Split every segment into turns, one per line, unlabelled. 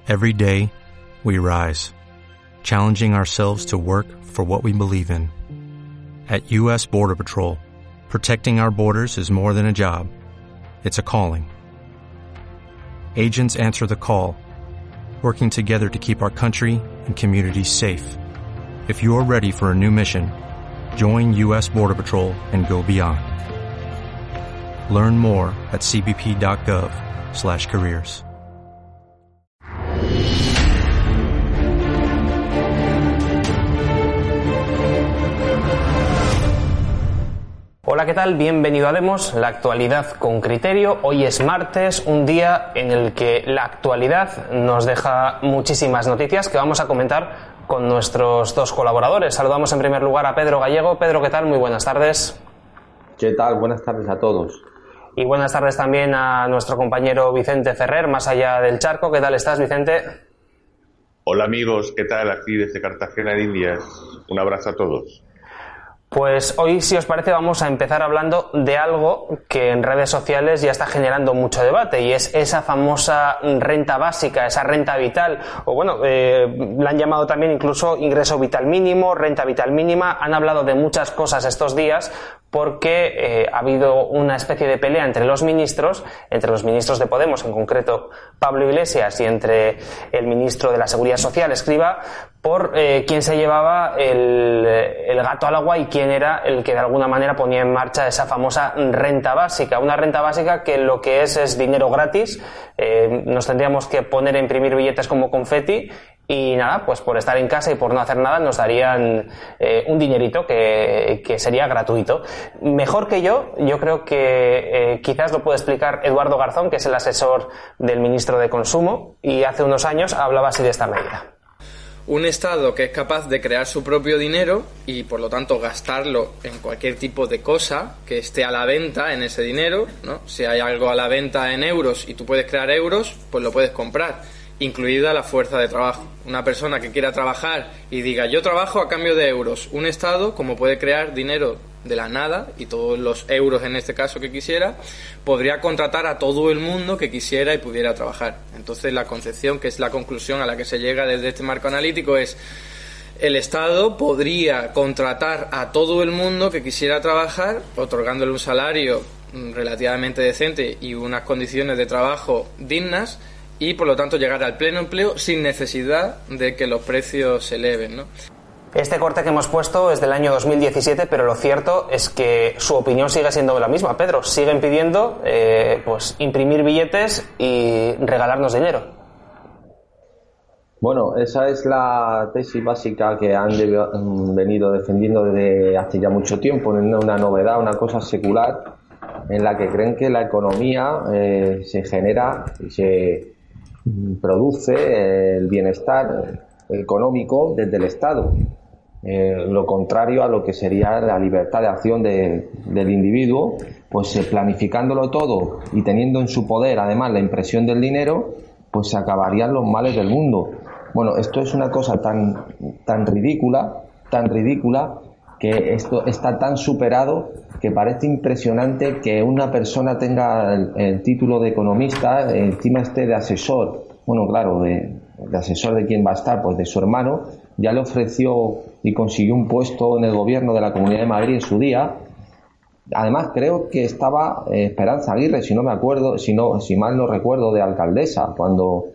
Every day, we rise, challenging ourselves to work for what we believe in. At U.S. Border Patrol, protecting our borders is more than a job. It's a calling. Agents answer the call, working together to keep our country and communities safe. If you're ready for a new mission, join U.S. Border Patrol and go beyond. Learn more at cbp.gov/careers.
Hola, ¿qué tal? Bienvenido a Demos, la actualidad con criterio. Hoy es martes, un día en el que la actualidad nos deja muchísimas noticias que vamos a comentar con nuestros dos colaboradores. Saludamos en primer lugar a Pedro Gallego. Pedro, ¿qué tal? Muy buenas tardes.
¿Qué tal? Buenas tardes a todos.
Y buenas tardes también a nuestro compañero Vicente Ferrer, más allá del charco. ¿Qué tal estás, Vicente?
Hola amigos, ¿qué tal? Aquí desde Cartagena de Indias. Un abrazo a todos.
Pues hoy, si os parece, vamos a empezar hablando de algo que en redes sociales ya está generando mucho debate, y es esa famosa renta básica, esa renta vital, o bueno, la han llamado también incluso ingreso vital mínimo, renta vital mínima. Han hablado de muchas cosas estos días porque ha habido una especie de pelea entre los ministros de Podemos, en concreto Pablo Iglesias, y entre el ministro de la Seguridad Social, Escrivá, por quién se llevaba el gato al agua y quién era el que de alguna manera ponía en marcha esa famosa renta básica. Una renta básica que lo que es dinero gratis. Nos tendríamos que poner a imprimir billetes como confeti y nada, pues por estar en casa y por no hacer nada nos darían un dinerito que sería gratuito. Mejor que yo creo que quizás lo puede explicar Eduardo Garzón, que es el asesor del ministro de Consumo, y hace unos años hablaba así de esta medida.
Un Estado que es capaz de crear su propio dinero y por lo tanto gastarlo en cualquier tipo de cosa que esté a la venta en ese dinero, ¿no? Si hay algo a la venta en euros y tú puedes crear euros, pues lo puedes comprar, incluida la fuerza de trabajo. Una persona que quiera trabajar y diga yo trabajo a cambio de euros, un Estado, como puede crear dinero de la nada, y todos los euros en este caso que quisiera, podría contratar a todo el mundo que quisiera y pudiera trabajar. Entonces la concepción, que es la conclusión a la que se llega desde este marco analítico, es: el Estado podría contratar a todo el mundo que quisiera trabajar, otorgándole un salario relativamente decente y unas condiciones de trabajo dignas, y por lo tanto llegar al pleno empleo sin necesidad de que los precios se eleven, ¿no?
Este corte que hemos puesto es del año 2017, pero lo cierto es que su opinión sigue siendo la misma. Pedro, siguen pidiendo pues imprimir billetes y regalarnos dinero.
Bueno, esa es la tesis básica que han venido defendiendo desde hace ya mucho tiempo. No es una novedad, una cosa secular, en la que creen que la economía se genera y se produce el bienestar económico desde el Estado. Lo contrario a lo que sería la libertad de acción del individuo, pues planificándolo todo y teniendo en su poder además la impresión del dinero, pues se acabarían los males del mundo. Bueno, esto es una cosa tan ridícula, que esto está tan superado que parece impresionante que una persona tenga el título de economista, encima esté de asesor. Bueno, claro, de asesor de quién va a estar, pues de su hermano. Ya le ofreció y consiguió un puesto en el gobierno de la Comunidad de Madrid en su día. Además, creo que estaba Esperanza Aguirre, si mal no recuerdo, de alcaldesa, cuando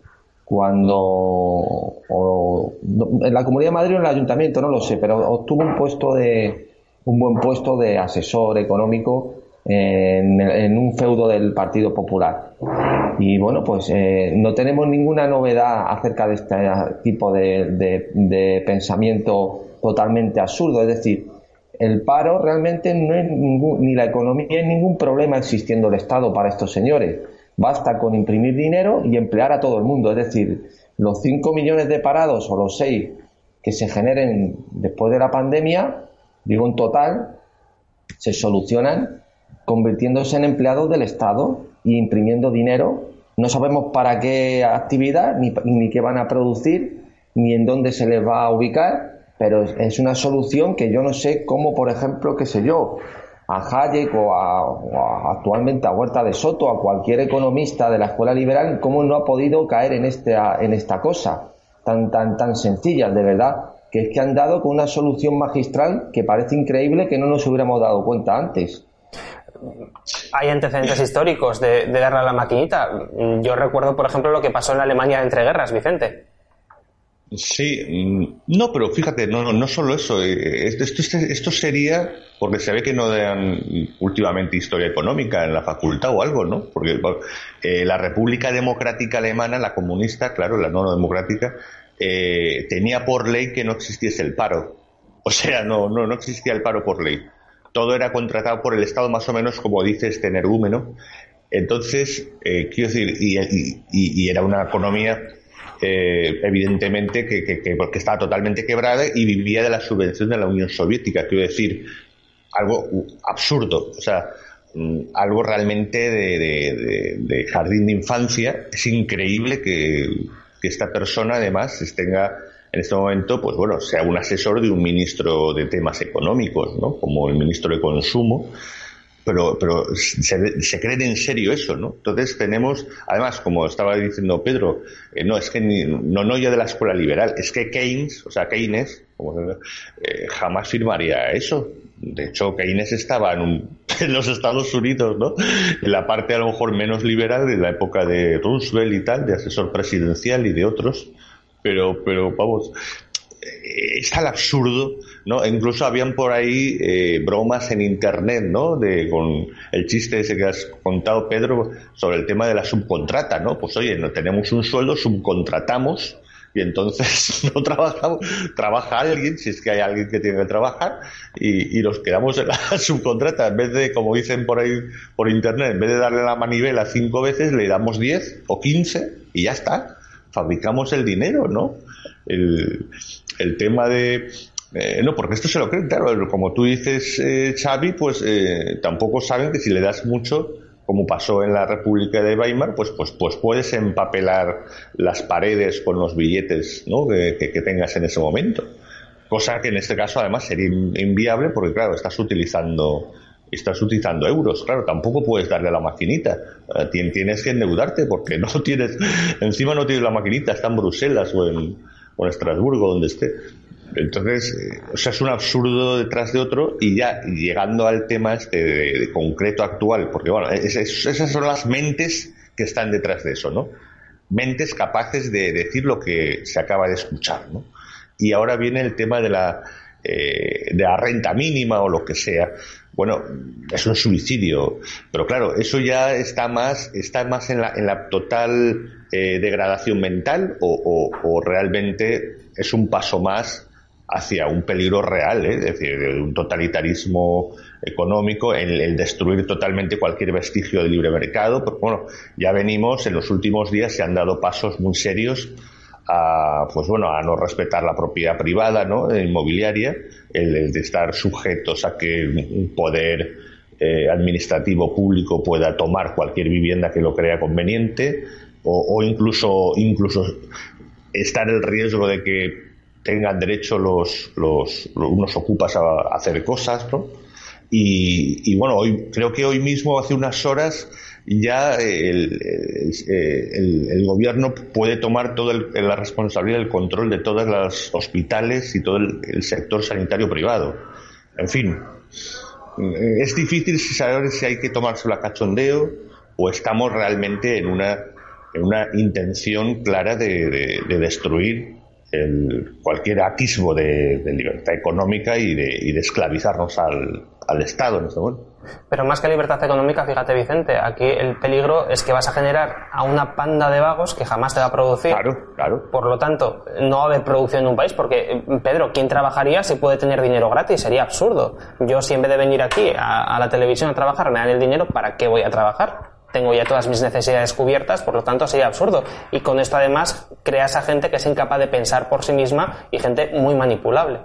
en la Comunidad de Madrid o en el Ayuntamiento, no lo sé, pero obtuvo un buen puesto de asesor económico en un feudo del Partido Popular. Y bueno, pues no tenemos ninguna novedad acerca de este tipo de pensamiento totalmente absurdo. Es decir, el paro realmente no es ni la economía es ningún problema existiendo el Estado para estos señores. Basta con imprimir dinero y emplear a todo el mundo. Es decir, los 5 millones de parados o los 6 que se generen después de la pandemia, digo en total, se solucionan convirtiéndose en empleados del Estado y imprimiendo dinero. No sabemos para qué actividad, ni qué van a producir, ni en dónde se les va a ubicar, pero es una solución que yo no sé cómo, por ejemplo, qué sé yo, Hayek o actualmente a Huerta de Soto, a cualquier economista de la escuela liberal, cómo no ha podido caer en esta cosa tan sencilla, de verdad, que es que han dado con una solución magistral que parece increíble que no nos hubiéramos dado cuenta antes.
Hay antecedentes históricos de darle a la maquinita. Yo recuerdo, por ejemplo, lo que pasó en la Alemania de entreguerras, Vicente.
Sí, no, pero fíjate, no solo eso. Esto sería, porque se ve que no dan últimamente historia económica en la facultad o algo, ¿no? Porque la República Democrática Alemana, la comunista, claro, la no democrática, tenía por ley que no existiese el paro. O sea, no existía el paro por ley. Todo era contratado por el Estado, más o menos como dice este energúmeno. Entonces, quiero decir, y era una economía evidentemente que estaba totalmente quebrada y vivía de la subvención de la Unión Soviética. Quiero decir, algo absurdo, o sea, algo realmente de jardín de infancia. Es increíble que esta persona además tenga en este momento, pues bueno, sea un asesor de un ministro de temas económicos, ¿no? Como el ministro de Consumo. Pero se creen en serio eso, ¿no? Entonces tenemos, además, como estaba diciendo Pedro, no es que no ya de la escuela liberal, es que Keynes, jamás firmaría eso. De hecho, Keynes estaba en los Estados Unidos, ¿no? En la parte a lo mejor menos liberal de la época de Roosevelt y tal, de asesor presidencial y de otros, pero vamos, es al absurdo, ¿no? Incluso habían por ahí bromas en internet, ¿no? Con el chiste ese que has contado, Pedro, sobre el tema de la subcontrata, ¿no? Pues oye, no tenemos un sueldo, subcontratamos y entonces no trabajamos, trabaja alguien, si es que hay alguien que tiene que trabajar, y nos quedamos en la subcontrata. En vez de, como dicen por ahí por internet, en vez de darle la manivela 5 veces, le damos 10 o 15 y ya está. Fabricamos el dinero, ¿no? El tema de... no, porque esto se lo creen, claro, como tú dices, Xavi, pues tampoco saben que si le das mucho, como pasó en la República de Weimar, pues puedes empapelar las paredes con los billetes, ¿no? que tengas en ese momento. Cosa que en este caso además sería inviable porque, claro, estás utilizando euros, claro, tampoco puedes darle a la maquinita, tienes que endeudarte porque encima no tienes la maquinita, está en Bruselas o en Estrasburgo, donde esté. Entonces, o sea, es un absurdo detrás de otro, y ya llegando al tema de concreto actual, porque bueno, esas son las mentes que están detrás de eso, ¿no? Mentes capaces de decir lo que se acaba de escuchar, ¿no? Y ahora viene el tema de la renta mínima o lo que sea. Bueno, es un suicidio, pero claro, eso ya está más en la total degradación mental o realmente es un paso más hacia un peligro real, es decir, de un totalitarismo económico, el destruir totalmente cualquier vestigio de libre mercado. Porque bueno, ya venimos, en los últimos días se han dado pasos muy serios a no respetar la propiedad privada, ¿no? Inmobiliaria, el de estar sujetos a que un poder administrativo público pueda tomar cualquier vivienda que lo crea conveniente, o incluso estar el riesgo de que tengan derecho unos ocupas a hacer cosas, ¿no? Y bueno, creo que hoy mismo, hace unas horas, ya el gobierno puede tomar toda la responsabilidad del control de todos los hospitales y todo el sector sanitario privado. En fin, es difícil saber si hay que tomárselo a cachondeo o estamos realmente en una intención clara de destruir cualquier atisbo de libertad económica y de esclavizarnos al Estado en este momento.
Pero más que libertad económica, fíjate, Vicente, aquí el peligro es que vas a generar a una panda de vagos que jamás te va a producir.
Claro.
Por lo tanto, no va a haber producción en un país, porque, Pedro, ¿quién trabajaría si puede tener dinero gratis? Sería absurdo. Yo, si en vez de venir aquí a la televisión a trabajar me dan el dinero, ¿para qué voy a trabajar? Tengo ya todas mis necesidades cubiertas, por lo tanto sería absurdo. Y con esto además creas a gente que es incapaz de pensar por sí misma y gente muy manipulable.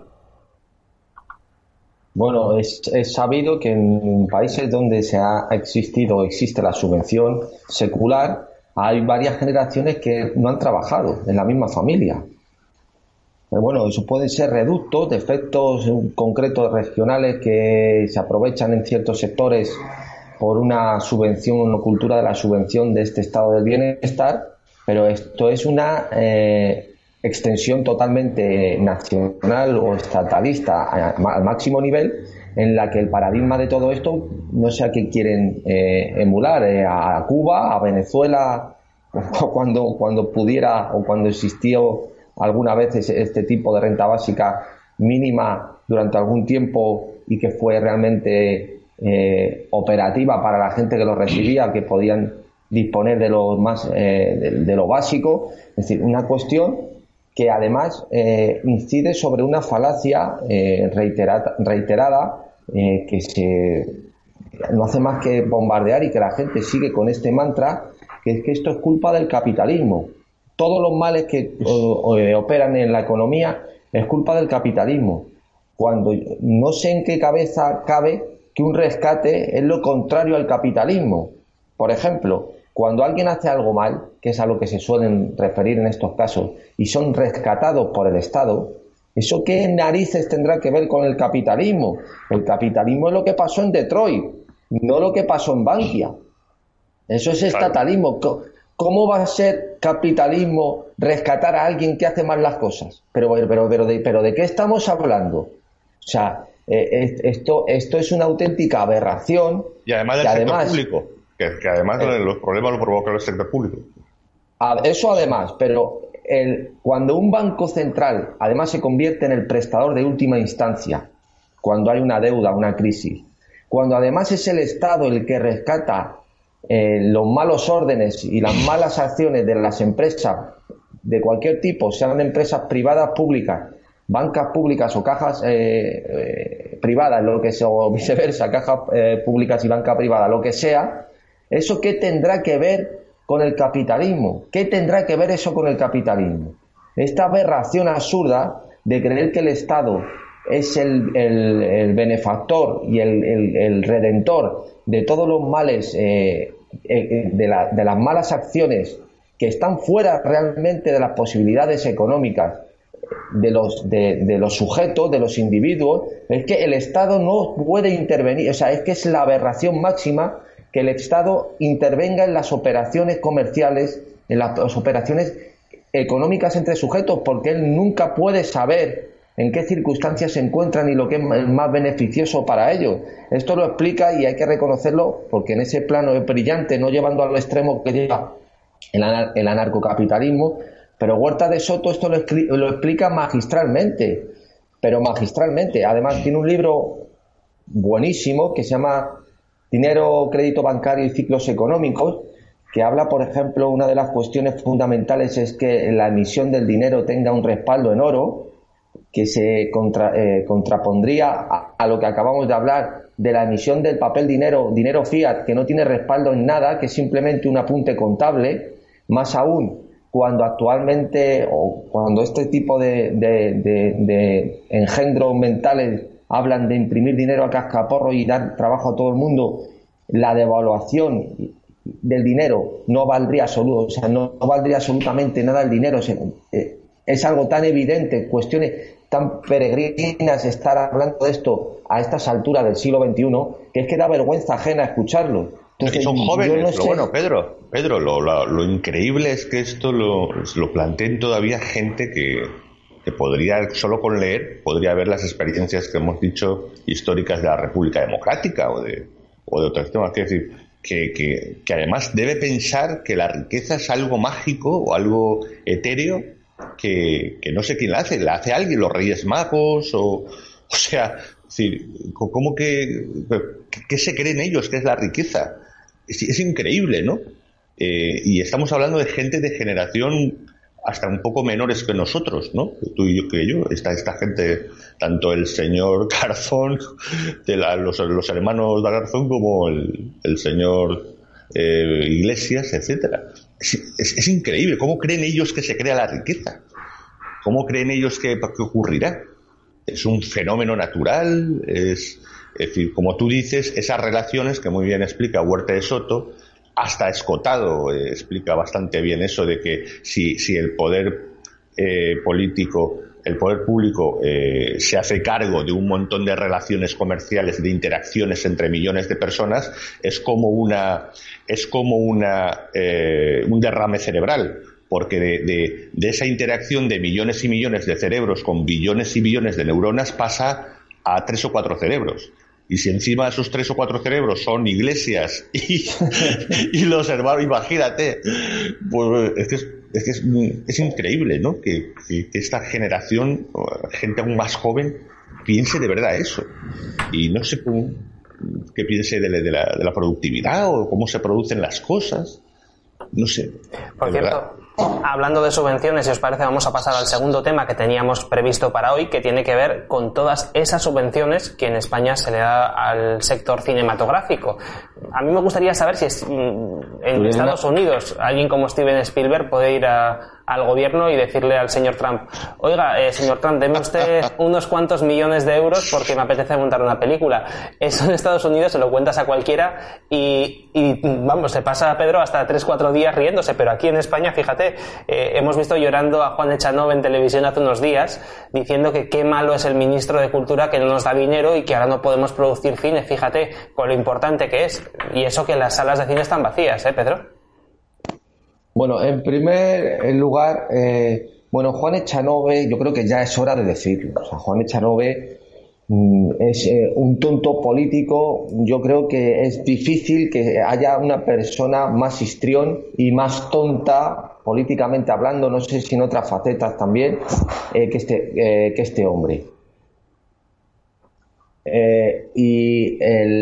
Bueno, es sabido que en países donde existe la subvención secular, hay varias generaciones que no han trabajado en la misma familia. Bueno, eso pueden ser reductos de efectos concretos regionales que se aprovechan en ciertos sectores por una subvención, una cultura de la subvención de este estado del bienestar, pero esto es una extensión totalmente nacional o estatalista al máximo nivel, en la que el paradigma de todo esto no sé a qué quieren emular, a Cuba, a Venezuela, cuando pudiera o cuando existió alguna vez este tipo de renta básica mínima durante algún tiempo y que fue realmente operativa para la gente que lo recibía, que podían disponer de lo más de lo básico. Es decir, una cuestión que además incide sobre una falacia reiterada que no hace más que bombardear, y que la gente sigue con este mantra, que es que esto es culpa del capitalismo. Todos los males que operan en la economía es culpa del capitalismo, cuando no sé en qué cabeza cabe que un rescate es lo contrario al capitalismo. Por ejemplo, cuando alguien hace algo mal, que es a lo que se suelen referir en estos casos, y son rescatados por el Estado, ¿eso qué narices tendrá que ver con el capitalismo? El capitalismo es lo que pasó en Detroit, no lo que pasó en Bankia. Eso es estatalismo. ¿Cómo va a ser capitalismo rescatar a alguien que hace mal las cosas? Pero ¿de qué estamos hablando? O sea, esto es una auténtica aberración.
Y además del sector público, que además los problemas los provoca el sector público.
Eso además, pero cuando un banco central además se convierte en el prestador de última instancia, cuando hay una deuda, una crisis, cuando además es el Estado el que rescata los malos órdenes y las malas acciones de las empresas de cualquier tipo, sean empresas privadas, públicas, bancas públicas o cajas privadas, lo que sea, o viceversa, cajas públicas y banca privada, lo que sea, ¿eso qué tendrá que ver con el capitalismo? ¿Qué tendrá que ver eso con el capitalismo? Esta aberración absurda de creer que el Estado es el benefactor y el redentor de todos los males, de las malas acciones que están fuera realmente de las posibilidades económicas de los sujetos, de los individuos. Es que el Estado no puede intervenir, o sea, es que es la aberración máxima que el Estado intervenga en las operaciones comerciales, en las operaciones económicas entre sujetos, porque él nunca puede saber en qué circunstancias se encuentran y lo que es más beneficioso para ellos. Esto lo explica, y hay que reconocerlo, porque en ese plano es brillante, no llevando al extremo que lleva el anarcocapitalismo, pero Huerta de Soto esto lo explica magistralmente, pero magistralmente. Además tiene un libro buenísimo que se llama Dinero, Crédito Bancario y Ciclos Económicos, que habla, por ejemplo, una de las cuestiones fundamentales es que la emisión del dinero tenga un respaldo en oro, que se contrapondría a lo que acabamos de hablar de la emisión del papel dinero fiat, que no tiene respaldo en nada, que es simplemente un apunte contable. Más aún cuando actualmente, o cuando este tipo de engendros mentales hablan de imprimir dinero a cascaporro y dar trabajo a todo el mundo, la devaluación del dinero no valdría absolutamente nada el dinero. Es algo tan evidente, cuestiones tan peregrinas, estar hablando de esto a estas alturas del siglo XXI, que es que da vergüenza ajena escucharlo.
Entonces, son jóvenes, pero bueno, Pedro, lo increíble es que esto lo planteen todavía gente que podría, solo con leer, podría ver las experiencias que hemos dicho históricas de la República Democrática o de otros temas. Es decir, que además debe pensar que la riqueza es algo mágico o algo etéreo que no sé quién la hace alguien, los Reyes Magos, o sea, es decir, ¿cómo qué se creen ellos que es la riqueza? Es increíble, ¿no? Y estamos hablando de gente de generación hasta un poco menores que nosotros, ¿no? Tú y yo, esta gente, tanto el señor Garzón, los hermanos de Garzón, como el señor Iglesias, etcétera. Es increíble. ¿Cómo creen ellos que se crea la riqueza? ¿Cómo creen ellos que ocurrirá? Es un fenómeno natural. Es decir, como tú dices, esas relaciones que muy bien explica Huerta de Soto, hasta Escotado explica bastante bien eso de que si el poder político el poder público se hace cargo de un montón de relaciones comerciales, de interacciones entre millones de personas, es como un derrame cerebral, porque de esa interacción de millones y millones de cerebros con billones y billones de neuronas pasa a 3 o 4 cerebros. Y si encima de esos 3 o 4 cerebros son iglesias y los hermanos, imagínate, pues es increíble, ¿no? Que esta generación, gente aún más joven, piense de verdad eso. Y no sé qué piense de la productividad o cómo se producen las cosas. No sé.
Por cierto, hablando de subvenciones, si os parece, vamos a pasar al segundo tema que teníamos previsto para hoy, que tiene que ver con todas esas subvenciones que en España se le da al sector cinematográfico. A mí me gustaría saber si en Estados Unidos alguien como Steven Spielberg puede ir al gobierno y decirle al señor Trump: oiga, señor Trump, deme usted unos cuantos millones de euros porque me apetece montar una película. Eso en Estados Unidos se lo cuentas a cualquiera y vamos, se pasa a Pedro hasta 3-4 días riéndose, pero aquí en España, fíjate, hemos visto llorando a Juan Echanove en televisión hace unos días diciendo que qué malo es el ministro de Cultura, que no nos da dinero y que ahora no podemos producir cine. Fíjate con lo importante que es, y eso que las salas de cine están vacías, Pedro.
Bueno, en primer lugar, Juan Echanove, yo creo que ya es hora de decirlo. O sea, Juan Echanove es un tonto político. Yo creo que es difícil que haya una persona más histrión y más tonta, políticamente hablando, no sé si en otras facetas también, que este hombre. Y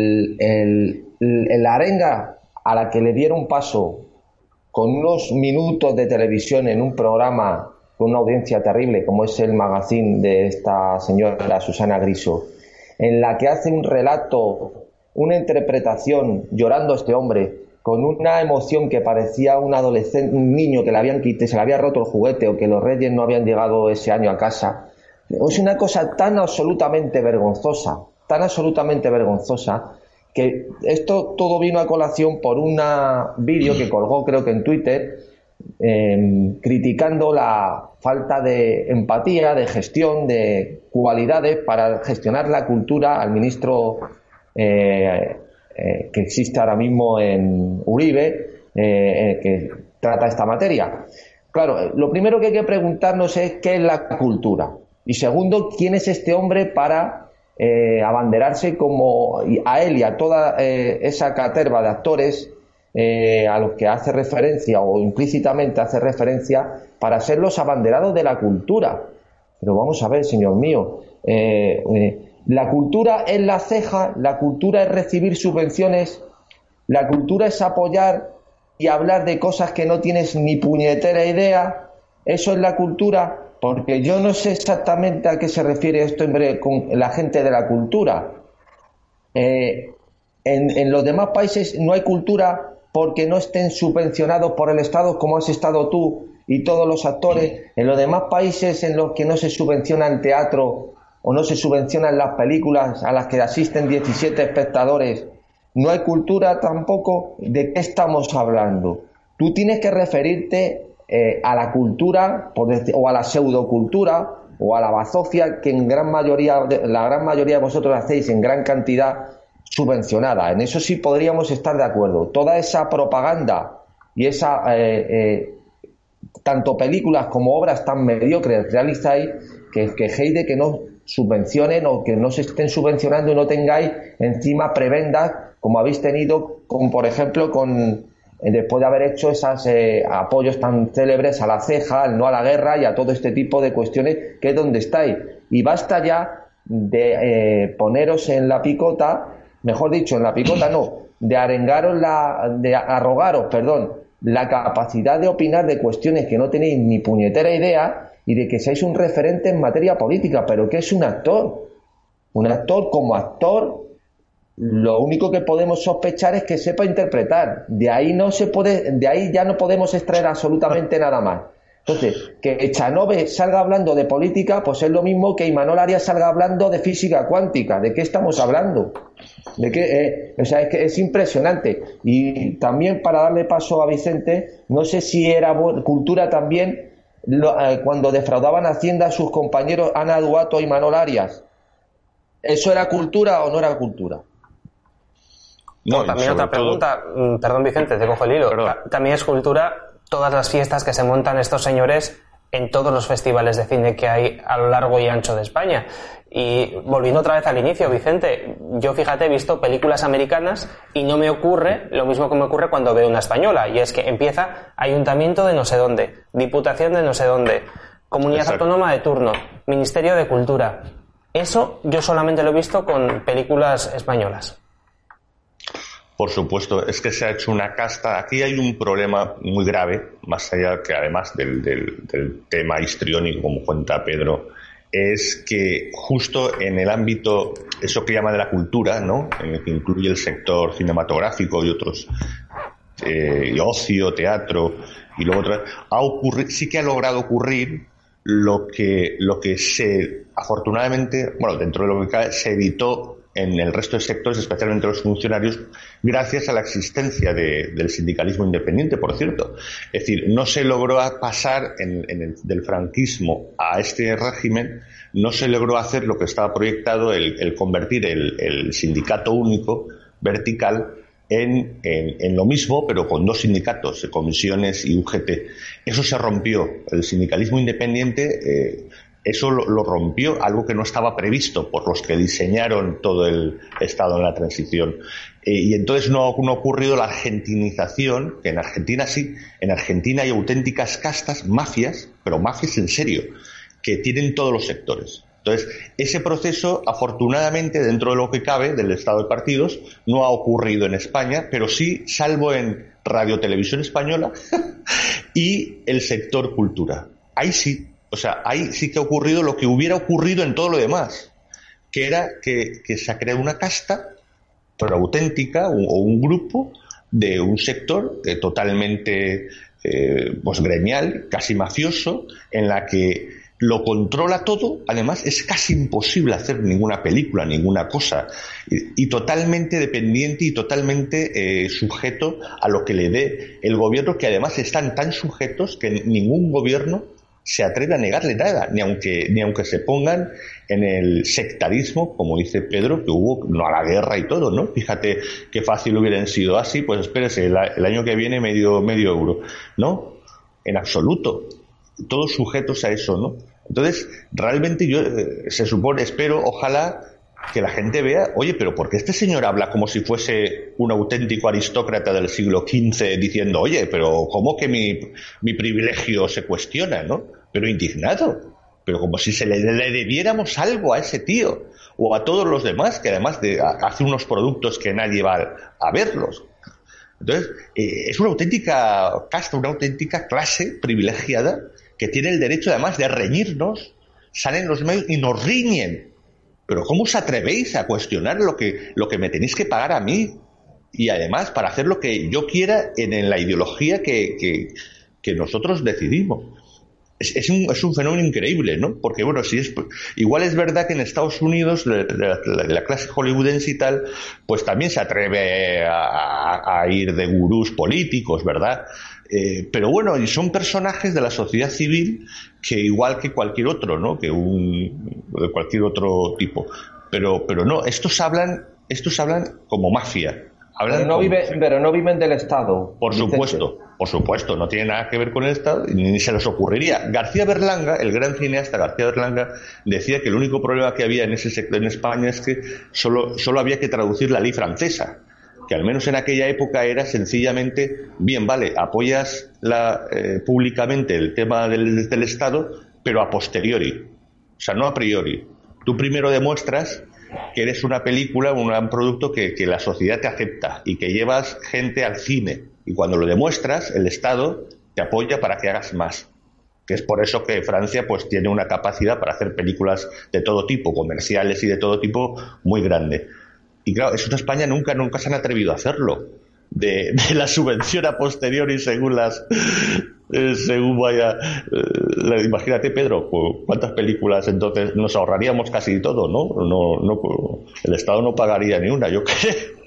la arenga a la que le dieron paso con unos minutos de televisión en un programa con una audiencia terrible como es el magazine de esta señora Susana Griso, en la que hace un relato, una interpretación, llorando este hombre, con una emoción que parecía un adolescente, un niño que se le había roto el juguete o que los reyes no habían llegado ese año a casa. Es una cosa tan absolutamente vergonzosa, que esto todo vino a colación por un vídeo que colgó, creo que en Twitter, criticando la falta de empatía, de gestión, de cualidades para gestionar la cultura al ministro que existe ahora mismo en Uribe, que trata esta materia. Claro, lo primero que hay que preguntarnos es qué es la cultura. Y segundo, quién es este hombre para abanderarse como a él y a toda esa caterva de actores a los que hace referencia o implícitamente hace referencia para ser los abanderados de la cultura. Pero vamos a ver, señor mío, la cultura es la ceja, la cultura es recibir subvenciones, la cultura es apoyar y hablar de cosas que no tienes ni puñetera idea. Eso es la cultura. Porque yo no sé exactamente a qué se refiere esto con la gente de la cultura. En los demás países no hay cultura porque no estén subvencionados por el Estado como has estado tú y todos los actores. En los demás países en los que no se subvenciona el teatro o no se subvencionan las películas a las que asisten 17 espectadores, no hay cultura tampoco. ¿De qué estamos hablando? Tú tienes que referirte a la cultura o a la pseudocultura o a la bazofia que la gran mayoría de vosotros hacéis en gran cantidad subvencionada. En eso sí podríamos estar de acuerdo. Toda esa propaganda y esa tanto películas como obras tan mediocres realizáis, que quejéis de que no subvencionen o que no se estén subvencionando y no tengáis encima prebendas como habéis tenido, como por ejemplo después de haber hecho esos apoyos tan célebres a la ceja, al no a la guerra y a todo este tipo de cuestiones, que es donde estáis. Y basta ya de poneros en la picota, mejor dicho, en la picota no, de arrogaros la capacidad de opinar de cuestiones que no tenéis ni puñetera idea y de que seáis un referente en materia política. ¿Pero qué es un actor? Un actor como actor, lo único que podemos sospechar es que sepa interpretar. De ahí ya no podemos extraer absolutamente nada más. Entonces, que Echanove salga hablando de política, pues es lo mismo que Imanol Arias salga hablando de física cuántica. ¿De qué estamos hablando? Es que es impresionante. Y también, para darle paso a Vicente, no sé si era cultura también cuando defraudaban Hacienda a sus compañeros Ana Duato y Manol Arias. ¿Eso era cultura o no era cultura?
No, también otra pregunta, perdón Vicente, te cojo el hilo. También es cultura todas las fiestas que se montan estos señores en todos los festivales de cine que hay a lo largo y ancho de España. Y volviendo otra vez al inicio, Vicente, yo fíjate, he visto películas americanas y no me ocurre lo mismo que me ocurre cuando veo una española, y es que empieza ayuntamiento de no sé dónde, diputación de no sé dónde, comunidad autónoma de turno, ministerio de cultura. Eso yo solamente lo he visto con películas españolas.
Por supuesto, es que se ha hecho una casta. Aquí hay un problema muy grave, más allá que además del tema histriónico, como cuenta Pedro, es que justo en el ámbito, eso que llama de la cultura, ¿no?, en el que incluye el sector cinematográfico y otros, y ocio, teatro, y luego sí que ha logrado ocurrir lo que se, afortunadamente, bueno, dentro de lo que cabe, se evitó en el resto de sectores, especialmente los funcionarios, gracias a la existencia del sindicalismo independiente, por cierto. Es decir, no se logró pasar del franquismo a este régimen, no se logró hacer lo que estaba proyectado, el convertir el sindicato único, vertical, en lo mismo, pero con dos sindicatos, comisiones y UGT. Eso se rompió. El sindicalismo independiente eso lo rompió, algo que no estaba previsto por los que diseñaron todo el Estado en la transición. Y entonces no ha ocurrido la argentinización, que en Argentina sí. En Argentina hay auténticas castas, mafias, pero mafias en serio, que tienen todos los sectores. Entonces, ese proceso, afortunadamente, dentro de lo que cabe del Estado de partidos, no ha ocurrido en España, pero sí, salvo en Radio Televisión Española y el sector cultura. Ahí sí. O sea, ahí sí que ha ocurrido lo que hubiera ocurrido en todo lo demás, que era que se ha creado una casta, pero auténtica, o un grupo de un sector totalmente pues gremial, casi mafioso, en la que lo controla todo. Además, es casi imposible hacer ninguna película, ninguna cosa, y totalmente dependiente y totalmente sujeto a lo que le dé el gobierno, que además están tan sujetos que ningún gobierno se atreve a negarle nada, ni aunque se pongan en el sectarismo, como dice Pedro, que hubo, no a la guerra y todo, ¿no? Fíjate qué fácil hubieran sido así, pues espérese, el año que viene medio euro, ¿no? En absoluto. Todos sujetos a eso, ¿no? Entonces, realmente yo, se supone, espero, ojalá, que la gente vea, oye, pero ¿por qué este señor habla como si fuese un auténtico aristócrata del siglo XV diciendo, oye, pero ¿cómo que mi privilegio se cuestiona, ¿no? Pero indignado, pero como si le debiéramos algo a ese tío o a todos los demás, que además hace unos productos que nadie va a verlos. Entonces, es una auténtica casta, una auténtica clase privilegiada que tiene el derecho además de reñirnos, salen los medios y nos riñen. Pero ¿cómo os atrevéis a cuestionar lo que me tenéis que pagar a mí? Y además para hacer lo que yo quiera en la ideología que nosotros decidimos. Es un fenómeno increíble, ¿no? Porque, bueno, igual es verdad que en Estados Unidos la clase hollywoodense y tal, pues también se atreve a ir de gurús políticos, ¿verdad? Pero bueno, y son personajes de la sociedad civil que igual que cualquier otro, ¿no? De cualquier otro tipo. Pero no, estos hablan como mafia.
Pero no viven del Estado.
Por supuesto, no tiene nada que ver con el Estado, ni se les ocurriría. García Berlanga, el gran cineasta García Berlanga, decía que el único problema que había en ese sector en España es que solo había que traducir la ley francesa, que al menos en aquella época era sencillamente, bien, vale, apoyas públicamente el tema del Estado, pero a posteriori, o sea, no a priori. Tú primero demuestras que eres una película, un producto que la sociedad te acepta y que llevas gente al cine, y cuando lo demuestras, el Estado te apoya para que hagas más. Que es por eso que Francia pues tiene una capacidad para hacer películas de todo tipo, comerciales y de todo tipo, muy grande. Y claro, eso en España nunca se han atrevido a hacerlo. De la subvención a posteriori según vaya. Imagínate, Pedro, cuántas películas entonces nos ahorraríamos casi todo, ¿no? No, el Estado no pagaría ni una, yo creo.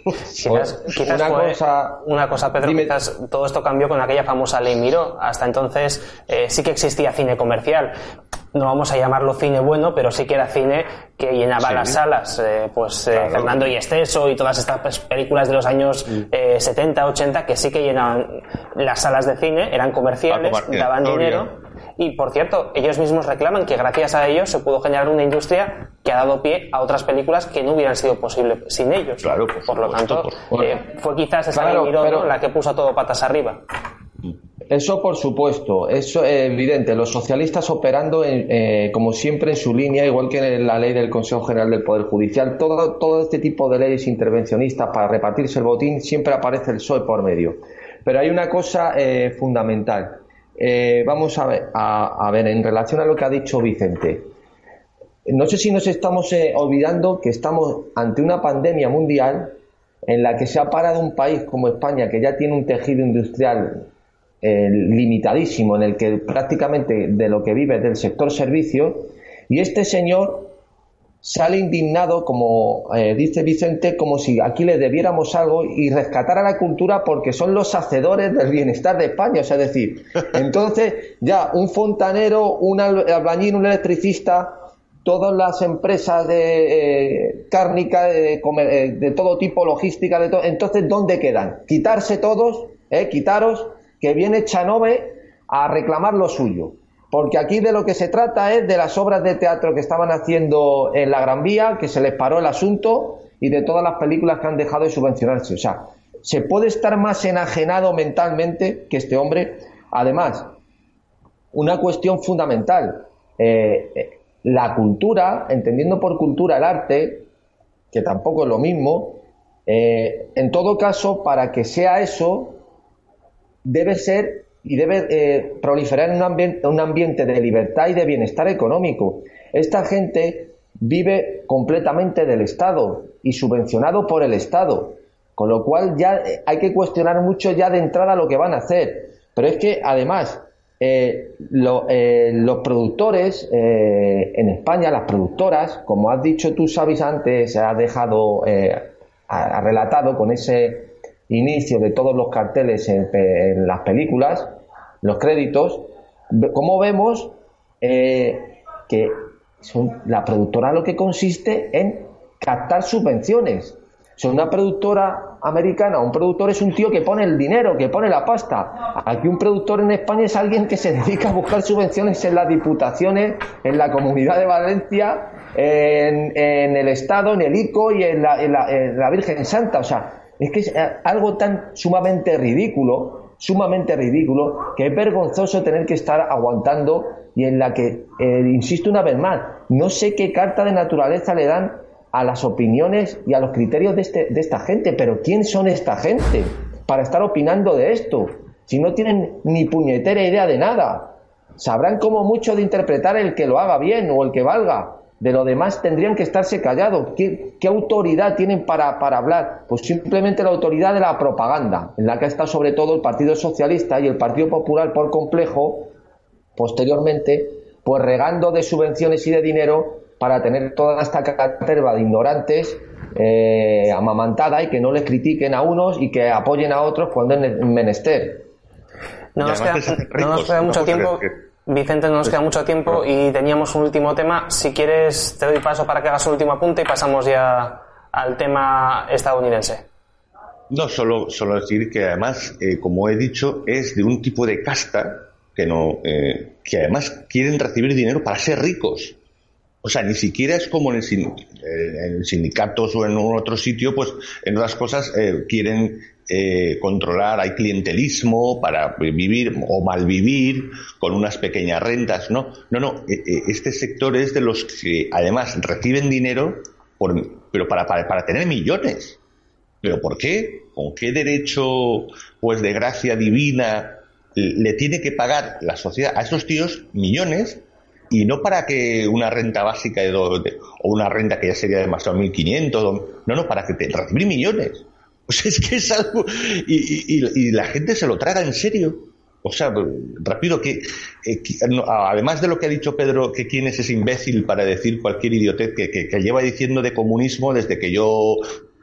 Quizás una cosa, Pedro, dime. Quizás todo esto cambió con aquella famosa Ley Miró. Hasta entonces sí que existía cine comercial. No vamos a llamarlo cine bueno, pero sí que era cine que llenaba las salas. Claro. Fernando y Esteso y todas estas películas de los años 70, 80 que sí que llenaban las salas de cine, eran comerciales, daban dinero. Y, por cierto, ellos mismos reclaman que gracias a ellos se pudo generar una industria que ha dado pie a otras películas que no hubieran sido posibles sin ellos.
Claro,
por lo tanto, fue quizás esa Ley Miró, ¿no?, la que puso todo patas arriba.
Eso, por supuesto, eso es evidente. Los socialistas operando, como siempre, en su línea, igual que en la ley del Consejo General del Poder Judicial, todo este tipo de leyes intervencionistas para repartirse el botín, siempre aparece el PSOE por medio. Pero hay una cosa fundamental. Vamos a ver, en relación a lo que ha dicho Vicente. No sé si nos estamos olvidando que estamos ante una pandemia mundial en la que se ha parado un país como España, que ya tiene un tejido industrial limitadísimo, en el que prácticamente de lo que vive es del sector servicios, y este señor sale indignado, como dice Vicente, como si aquí le debiéramos algo, y rescatar a la cultura porque son los hacedores del bienestar de España. O sea, es decir, entonces ya un fontanero, un albañil, un electricista, todas las empresas de cárnica, de todo tipo, logística, de todo, entonces ¿dónde quedan? Quitarse todos, quitaros, que viene Chanove a reclamar lo suyo. Porque aquí de lo que se trata es de las obras de teatro que estaban haciendo en la Gran Vía, que se les paró el asunto, y de todas las películas que han dejado de subvencionarse. O sea, se puede estar más enajenado mentalmente que este hombre. Además, una cuestión fundamental, la cultura, entendiendo por cultura el arte, que tampoco es lo mismo, en todo caso, para que sea eso, debe ser y debe proliferar en un ambiente de libertad y de bienestar económico. Esta gente vive completamente del Estado y subvencionado por el Estado, con lo cual ya hay que cuestionar mucho ya de entrada lo que van a hacer. Pero es que además los productores en España, las productoras, como has dicho tú, Xavi, antes, ha relatado con ese inicio de todos los carteles en las películas, los créditos, como vemos que la productora lo que consiste en captar subvenciones. O sea, una productora americana, un productor es un tío que pone el dinero, que pone la pasta. Aquí un productor en España es alguien que se dedica a buscar subvenciones en las diputaciones, en la Comunidad de Valencia, en el Estado, en el ICO y en la Virgen Santa. O sea, es que es algo tan sumamente ridículo, que es vergonzoso tener que estar aguantando, y en la que, insisto una vez más, no sé qué carta de naturaleza le dan a las opiniones y a los criterios de esta gente. Pero ¿quién son esta gente para estar opinando de esto? Si no tienen ni puñetera idea de nada. Sabrán como mucho de interpretar el que lo haga bien o el que valga. De lo demás tendrían que estarse callados. ¿Qué autoridad tienen para hablar? Pues simplemente la autoridad de la propaganda, en la que está sobre todo el Partido Socialista y el Partido Popular por complejo, posteriormente, pues regando de subvenciones y de dinero para tener toda esta caterva de ignorantes amamantada, y que no les critiquen a unos y que apoyen a otros cuando es menester.
No nos queda mucho tiempo. Vicente, no nos queda mucho tiempo y teníamos un último tema. Si quieres, te doy paso para que hagas un último apunte y pasamos ya al tema estadounidense.
No, solo decir que además, como he dicho, es de un tipo de casta que además quieren recibir dinero para ser ricos. O sea, ni siquiera es como en sindicatos o en otro sitio, pues en otras cosas quieren controlar, hay clientelismo para vivir o malvivir con unas pequeñas rentas. No, este sector es de los que además reciben dinero pero para tener millones. ¿Pero por qué? ¿Con qué derecho, pues, de gracia divina le tiene que pagar la sociedad a esos tíos millones? Y no para que una renta básica o una renta que ya sería demasiado 1.500, no, para que recibir millones. Pues es que es algo, y la gente se lo traga en serio. O sea, rápido, además de lo que ha dicho Pedro, que quién es ese imbécil para decir cualquier idiotez que lleva diciendo de comunismo desde que yo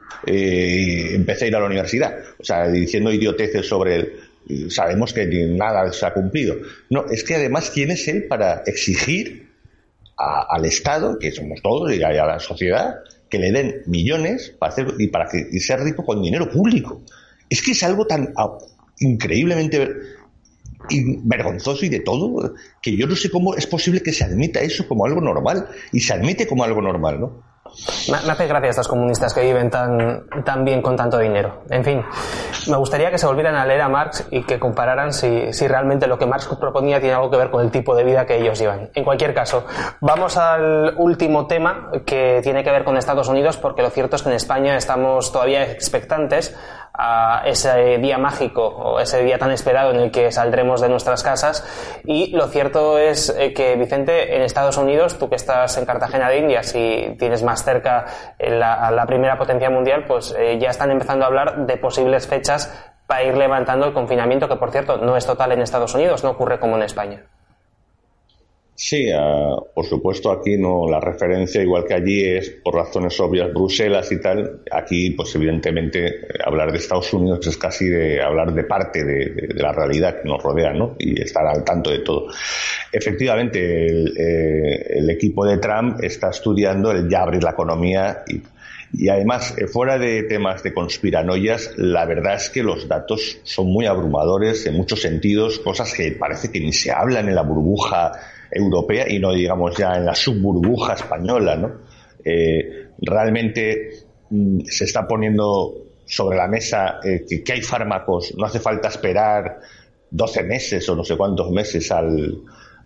empecé a ir a la universidad. O sea, diciendo idioteces sobre sabemos que nada se ha cumplido. No, es que además, ¿quién es él para exigir al Estado, que somos todos, y a la sociedad, que le den millones para hacer y para que y sea rico con dinero público? Es que es algo tan increíblemente vergonzoso y de todo, que yo no sé cómo es posible que se admita eso como algo normal, y se admite como algo normal, ¿no?
Me hace gracia estos comunistas que viven tan bien con tanto dinero. En fin, me gustaría que se volvieran a leer a Marx y que compararan si realmente lo que Marx proponía tiene algo que ver con el tipo de vida que ellos llevan. En cualquier caso, vamos al último tema, que tiene que ver con Estados Unidos, porque lo cierto es que en España estamos todavía expectantes a ese día mágico o ese día tan esperado en el que saldremos de nuestras casas. Y lo cierto es que, Vicente, en Estados Unidos, tú que estás en Cartagena de Indias y tienes más cerca a la primera potencia mundial, pues ya están empezando a hablar de posibles fechas para ir levantando el confinamiento, que por cierto no es total en Estados Unidos, no ocurre como en España.
Sí, por supuesto aquí no, la referencia, igual que allí, es por razones obvias Bruselas y tal. Aquí, pues evidentemente, hablar de Estados Unidos es casi de hablar de parte de la realidad que nos rodea, ¿no? Y estar al tanto de todo. Efectivamente, el equipo de Trump está estudiando el ya abrir la economía y además, fuera de temas de conspiranoias, la verdad es que los datos son muy abrumadores en muchos sentidos, cosas que parece que ni se hablan en la burbuja europea y no digamos ya en la subburbuja española, ¿no? Realmente se está poniendo sobre la mesa que hay fármacos, no hace falta esperar 12 meses o no sé cuántos meses al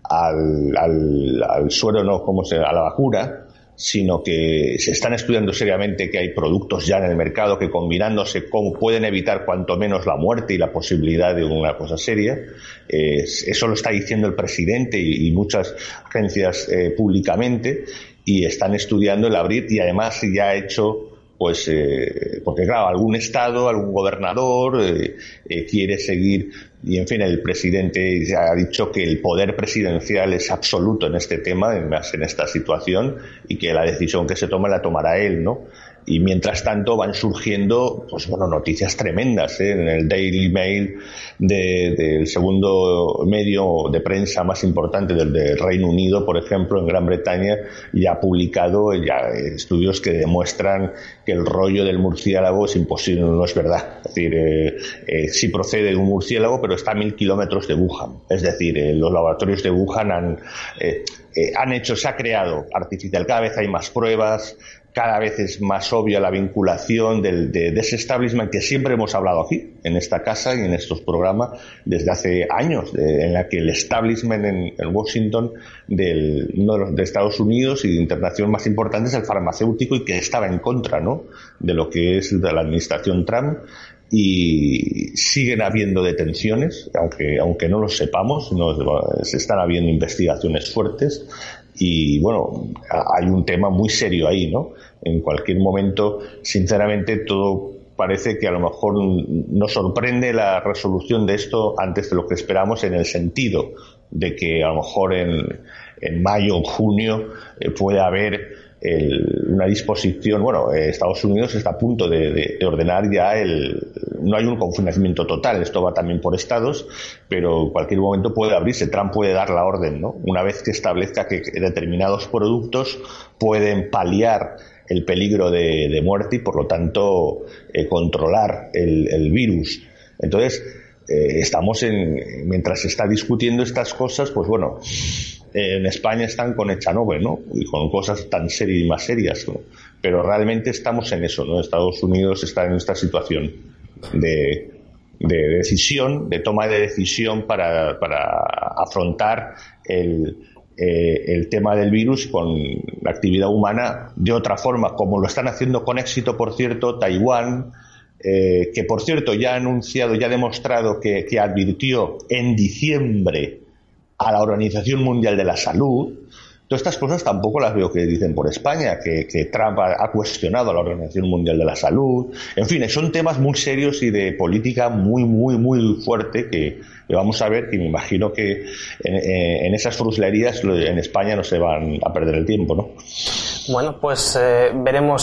suero, no, a la vacuna, sino que se están estudiando seriamente que hay productos ya en el mercado que, combinándose, pueden evitar cuanto menos la muerte y la posibilidad de una cosa seria. Eso lo está diciendo el presidente y muchas agencias públicamente, y están estudiando el abrir, y además ya ha hecho, pues, porque claro, algún estado, algún gobernador quiere seguir, y en fin, el presidente ha dicho que el poder presidencial es absoluto en este tema, más en esta situación, y que la decisión que se tome la tomará él, ¿no? Y mientras tanto van surgiendo, pues bueno, noticias tremendas, ¿eh? En el Daily Mail del segundo medio de prensa más importante del Reino Unido, por ejemplo, en Gran Bretaña, ya ha publicado estudios que demuestran que el rollo del murciélago es imposible, no es verdad. Es decir, sí procede de un murciélago, pero está a 1000 kilómetros de Wuhan. Es decir, los laboratorios de Wuhan se ha creado artificial, cada vez hay más pruebas, cada vez es más obvia la vinculación de ese establishment que siempre hemos hablado aquí, en esta casa y en estos programas, desde hace años, en la que el establishment en Washington uno de los de Estados Unidos y de internación más importante es el farmacéutico, y que estaba en contra, ¿no?, de lo que es de la administración Trump. Y siguen habiendo detenciones, aunque no lo sepamos, se están habiendo investigaciones fuertes. Y bueno, hay un tema muy serio ahí, ¿no? En cualquier momento, sinceramente, todo parece que a lo mejor nos sorprende la resolución de esto antes de lo que esperamos, en el sentido de que a lo mejor en mayo o junio puede haber una disposición. Bueno, Estados Unidos está a punto de ordenar ya no hay un confinamiento total, esto va también por estados, pero en cualquier momento puede abrirse. Trump puede dar la orden, ¿no?, una vez que establezca que determinados productos pueden paliar el peligro de muerte y, por lo tanto, controlar el virus. Entonces, estamos mientras se está discutiendo estas cosas, pues bueno, en España están con Echanove, ¿no?, y con cosas tan serias y más serias, ¿no?, pero realmente estamos en eso, ¿no? Estados Unidos está en esta situación de decisión, de toma de decisión para afrontar el tema del virus con la actividad humana de otra forma, como lo están haciendo con éxito, por cierto, Taiwán, que por cierto ya ha anunciado, ya ha demostrado que advirtió en diciembre a la Organización Mundial de la Salud. Todas estas cosas tampoco las veo que dicen por España, que Trump ha cuestionado a la Organización Mundial de la Salud. En fin, son temas muy serios y de política muy, muy, muy fuerte que vamos a ver, y me imagino que en esas fruslerías en España no se van a perder el tiempo, ¿no?
Bueno, pues veremos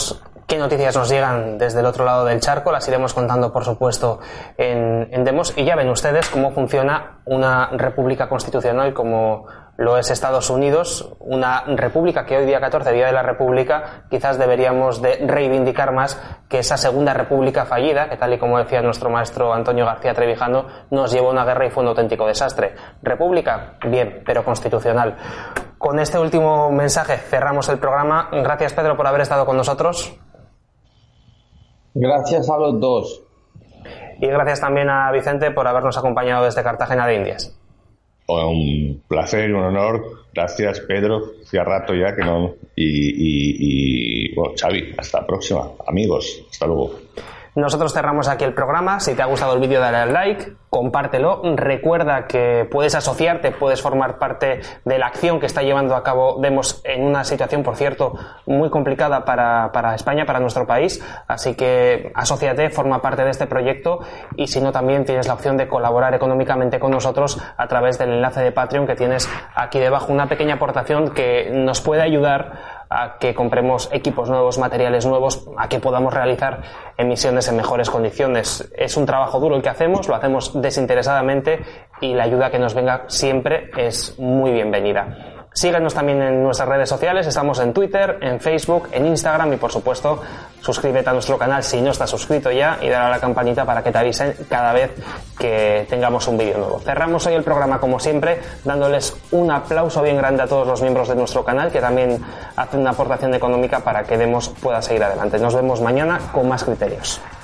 qué noticias nos llegan desde el otro lado del charco. Las iremos contando, por supuesto, en Demos. Y ya ven ustedes cómo funciona una república constitucional como lo es Estados Unidos, una república que hoy día 14, Día de la República, quizás deberíamos de reivindicar más que esa segunda república fallida, que tal y como decía nuestro maestro Antonio García Trevijano, nos llevó a una guerra y fue un auténtico desastre. República, bien, pero constitucional. Con este último mensaje cerramos el programa. Gracias, Pedro, por haber estado con nosotros.
Gracias a los dos.
Y gracias también a Vicente por habernos acompañado desde Cartagena de Indias.
Un placer y un honor. Gracias, Pedro. Hacía rato ya que no. Y bueno, Xavi, hasta la próxima. Amigos, hasta luego.
Nosotros cerramos aquí el programa. Si te ha gustado el vídeo, dale al like, compártelo. Recuerda que puedes asociarte, puedes formar parte de la acción que está llevando a cabo Demos en una situación, por cierto, muy complicada para España, para nuestro país. Así que asóciate, forma parte de este proyecto y si no, también tienes la opción de colaborar económicamente con nosotros a través del enlace de Patreon que tienes aquí debajo. Una pequeña aportación que nos puede ayudar a que compremos equipos nuevos, materiales nuevos, a que podamos realizar emisiones en mejores condiciones. Es un trabajo duro el que hacemos, lo hacemos desinteresadamente y la ayuda que nos venga siempre es muy bienvenida. Síguenos también en nuestras redes sociales, estamos en Twitter, en Facebook, en Instagram y por supuesto suscríbete a nuestro canal si no estás suscrito ya y dale a la campanita para que te avisen cada vez que tengamos un vídeo nuevo. Cerramos hoy el programa como siempre dándoles un aplauso bien grande a todos los miembros de nuestro canal que también hacen una aportación económica para que Demos pueda seguir adelante. Nos vemos mañana con más criterios.